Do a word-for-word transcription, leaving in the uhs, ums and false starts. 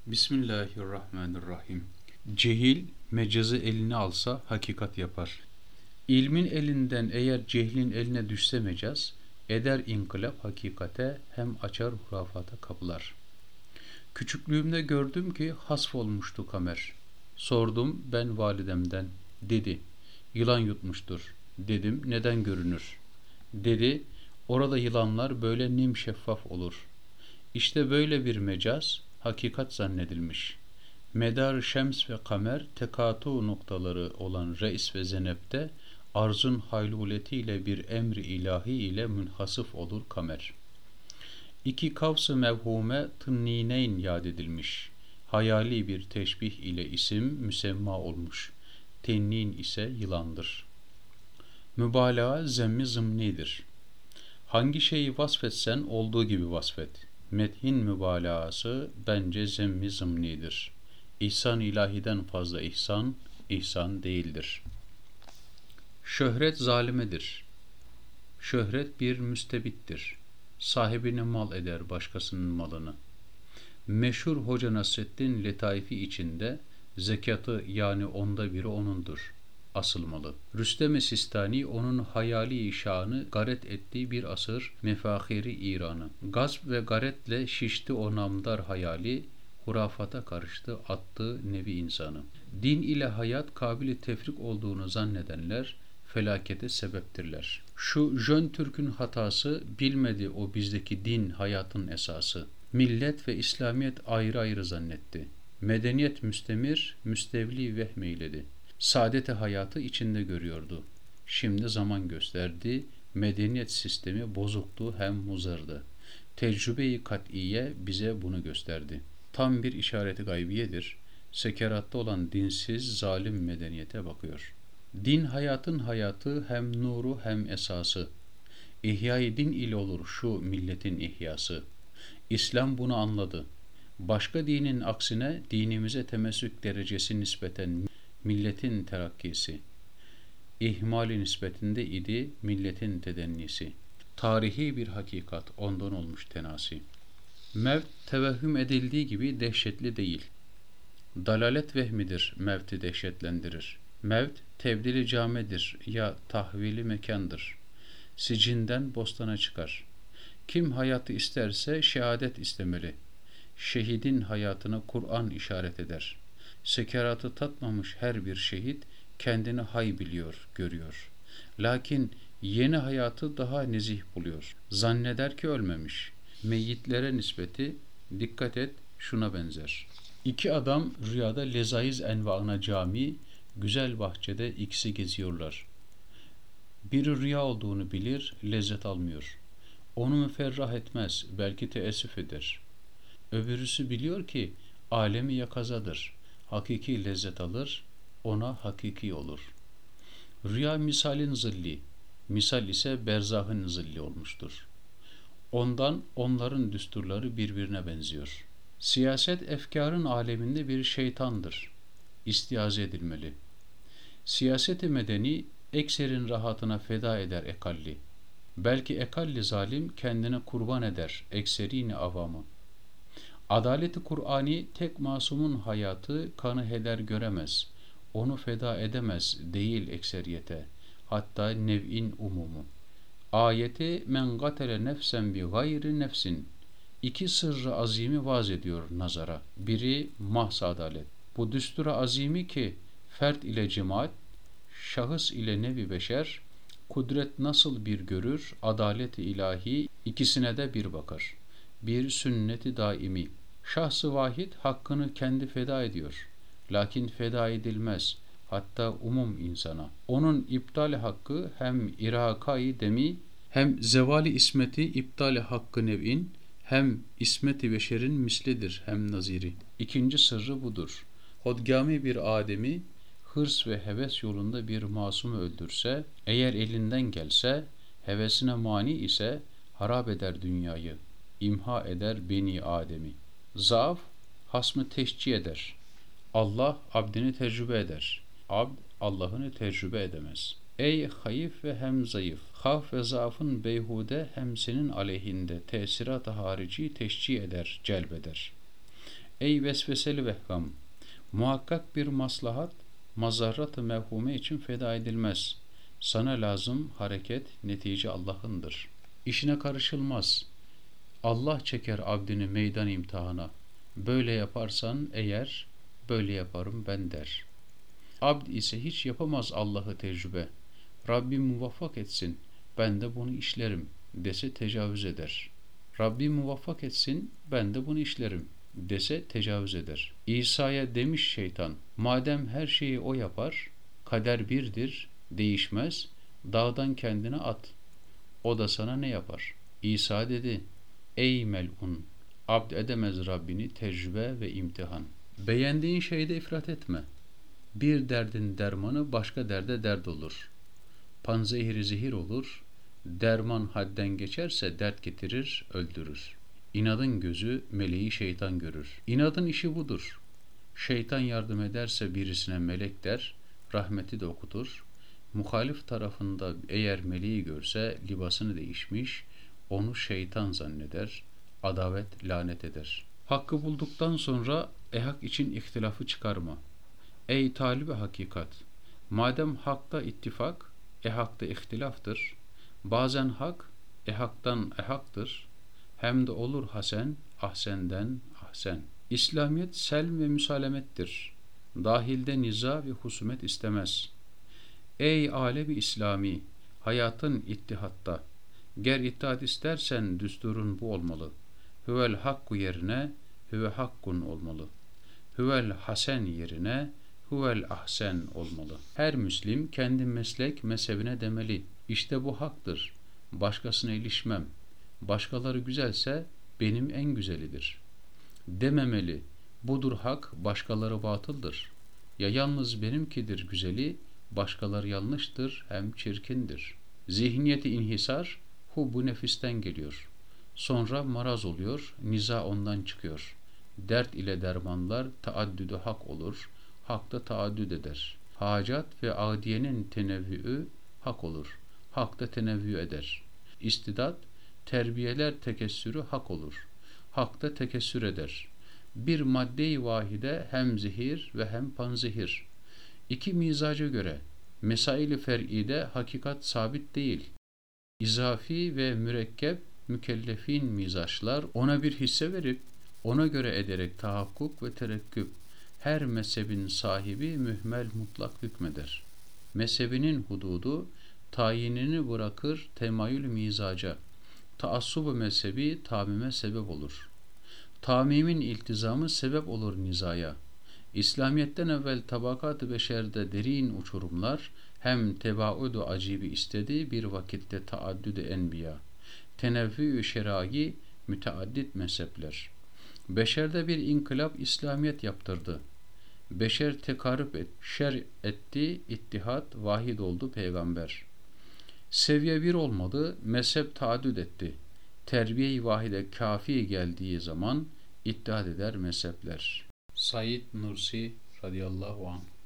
Bismillahirrahmanirrahim. Cehil mecazı eline alsa hakikat yapar. İlmin elinden eğer cehlin eline düşse mecaz, eder inkılap hakikate, hem açar hurafata kapılar. Küçüklüğümde gördüm ki hasf olmuştu kamer. Sordum ben validemden, dedi yılan yutmuştur. Dedim neden görünür? Dedi orada yılanlar böyle nim şeffaf olur. İşte böyle bir mecaz hakikat zannedilmiş. Medar şems ve kamer tekatu noktaları olan reis ve zenepte arzın hayluletiyle bir emri ilahi ile münhasıf olur kamer. İki kavs-ı mevhume tınnineyn yad edilmiş. Hayali bir teşbih ile isim müsemma olmuş. Tennin ise yılandır. Mübalağa zemmi zımnidir. Hangi şeyi vasfetsen olduğu gibi vasfet. Methin mübalağası bence zemmi zımnidir. İhsan ilahiden fazla ihsan, ihsan değildir. Şöhret zalimedir. Şöhret bir müstebittir. Sahibini mal eder başkasının malını. Meşhur Hoca Nasreddin letaifi içinde zekatı yani onda biri onundur. Asılmalı. Rüstem-i Sistani onun hayali şanı garet ettiği bir asır mefahiri İran'ı. Gazp ve garetle şişti o namdar hayali, hurafata karıştı attığı nevi insanı. Din ile hayat kabili tefrik olduğunu zannedenler felakete sebeptirler. Şu Jön Türk'ün hatası bilmedi o bizdeki din hayatın esası. Millet ve İslamiyet ayrı ayrı zannetti. Medeniyet müstemir, müstevli vehmeyledi. Saadete hayatı içinde görüyordu. Şimdi zaman gösterdi, medeniyet sistemi bozuktu hem muzardı. Tecrübe-i kat'iye bize bunu gösterdi. Tam bir işareti gaybiyedir. Sekeratta olan dinsiz, zalim medeniyete bakıyor. Din hayatın hayatı hem nuru hem esası. İhya-i din ile olur şu milletin ihyası. İslam bunu anladı. Başka dinin aksine dinimize temessük derecesi nispeten milletin terakkisi. İhmali nispetinde idi milletin tedennisi. Tarihi bir hakikat ondan olmuş tenasi. Mevt tevehhüm edildiği gibi dehşetli değil. Dalalet vehmidir mevti dehşetlendirir. Mevt tebdili camedir ya tahvili mekandır. Sicinden bostana çıkar. Kim hayatı isterse şehadet istemeli. Şehidin hayatına Kur'an işaret eder. Sekeratı tatmamış her bir şehit kendini hay biliyor, görüyor. Lakin yeni hayatı daha nezih buluyor. Zanneder ki ölmemiş. Meyyitlere nispeti dikkat et şuna benzer. İki adam rüyada lezaiz envaına cami, güzel bahçede ikisi geziyorlar. Biri rüya olduğunu bilir, lezzet almıyor. Onu müferrah etmez, belki teessüf eder. Öbürüsü biliyor ki alemi yakazadır. Hakiki lezzet alır, ona hakiki olur. Rüya misalin zilli, misal ise berzahın zilli olmuştur. Ondan onların düsturları birbirine benziyor. Siyaset efkarın aleminde bir şeytandır. İstiaze edilmeli. Siyaseti medeni ekserin rahatına feda eder ekalli. Belki ekalli zalim kendine kurban eder ekserini avamı. Adaleti Kur'ani tek masumun hayatı kanı heder göremez. Onu feda edemez değil ekseriyete. Hatta nev'in umumu. Ayeti men gatele nefsen bi gayri nefsin. İki sırrı azimi vaz ediyor nazara. Biri mahz adalet. Bu düstura azimi ki fert ile cemaat, şahıs ile nevi beşer, kudret nasıl bir görür, adalet-i ilahi ikisine de bir bakar. Bir sünneti daimi. Şahs-ı vahid hakkını kendi feda ediyor. Lakin feda edilmez. Hatta umum insana. Onun iptal hakkı hem irakayı demi, hem zevali ismeti iptal hakkı nev'in, hem ismeti beşerin mislidir hem naziri. İkinci sırrı budur. Hodgami bir ademi hırs ve heves yolunda bir masumu öldürse, eğer elinden gelse, hevesine mani ise harap eder dünyayı, imha eder beni Adem'i. Zaaf, hasmı teşcih eder. Allah abdini tecrübe eder. Abd, Allah'ını tecrübe edemez. Ey hayıf ve hem zayıf, haf ve zaafın beyhude hem senin aleyhinde tesirat-ı harici teşcih eder, celbeder. Ey vesveseli vehham! Muhakkak bir maslahat, mazarrat-ı mevhume için feda edilmez. Sana lazım hareket, netice Allah'ındır. İşine karışılmaz. Allah çeker abdini meydan imtihana. Böyle yaparsan eğer, böyle yaparım ben der. Abd ise hiç yapamaz Allah'ı tecrübe. Rabbim muvaffak etsin, ben de bunu işlerim dese tecavüz eder. Rabbim muvaffak etsin, ben de bunu işlerim dese tecavüz eder. İsa'ya demiş şeytan, madem her şeyi o yapar, kader birdir, değişmez, dağdan kendine at. O da sana ne yapar? İsa dedi, ey mel'un, abd edemez Rabbini tecrübe ve imtihan. Beğendiğin şeyde ifrat etme. Bir derdin dermanı başka derde dert olur. Panzehiri zehir olur, derman hadden geçerse dert getirir, öldürür. İnadın gözü meleği şeytan görür. İnadın işi budur. Şeytan yardım ederse birisine melek der, rahmeti de okutur. Muhalif tarafında eğer meleği görse libasını değişmiş, onu şeytan zanneder, adavet lanet eder. Hakkı bulduktan sonra ehak için ihtilafı çıkarma. Ey talibi hakikat! Madem hakta ittifak, ehakta ihtilaftır. Bazen hak, ehaktan ehaktır. Hem de olur hasen, ahsenden ahsen. İslamiyet selm ve müsalemettir. Dahilde niza ve husumet istemez. Ey alebi İslami! Hayatın ittihatta. Ger ittihat istersen düsturun bu olmalı. Hüvel hakku yerine hüve hakkun olmalı. Hüvel hasen yerine huvel ahsen olmalı. Her Müslim kendi meslek mezhebine demeli. İşte bu haktır. Başkasına ilişmem. Başkaları güzelse benim en güzelidir. Dememeli. Budur hak, başkaları batıldır. Ya yalnız benimkidir güzeli, başkaları yanlıştır hem çirkindir. Zihniyeti inhisar, hu bu nefisten geliyor. Sonra maraz oluyor, niza ondan çıkıyor. Dert ile dermanlar taaddüdü hak olur, hak da taaddüd eder. Hacat ve adiyenin tenevvü'ü hak olur, hak da tenevvü eder. İstidat, terbiyeler tekessürü hak olur, hak da tekessür eder. Bir madde-i vahide hem zehir ve hem panzehir. İki mizaca göre mesail-i fer'ide hakikat sabit değil. İzafi ve mürekkep mükellefin mizaçlar ona bir hisse verip ona göre ederek tahakkuk ve terekküp her mezhebin sahibi mühmel mutlak hükmeder. Mezhebinin hududu tayinini bırakır temayül mizaca. Taassub-u mezhebi tamime sebep olur. Tamimin iltizamı sebep olur nizaya. İslamiyet'ten evvel tabakat-ı beşerde derin uçurumlar hem tebaüd-ü acibi istedi bir vakitte taaddüd-ü enbiya. Tenevvü-ü şerai müteaddit mezhepler. Beşerde bir inkılap İslamiyet yaptırdı. Beşer tekarüp et, şer etti, ittihat, vahid oldu peygamber. Seviye bir olmadı, mezhep taaddüd etti. Terbiye-i vahide kafi geldiği zaman ittihat eder mezhepler. Said Nursi radıyallahu anh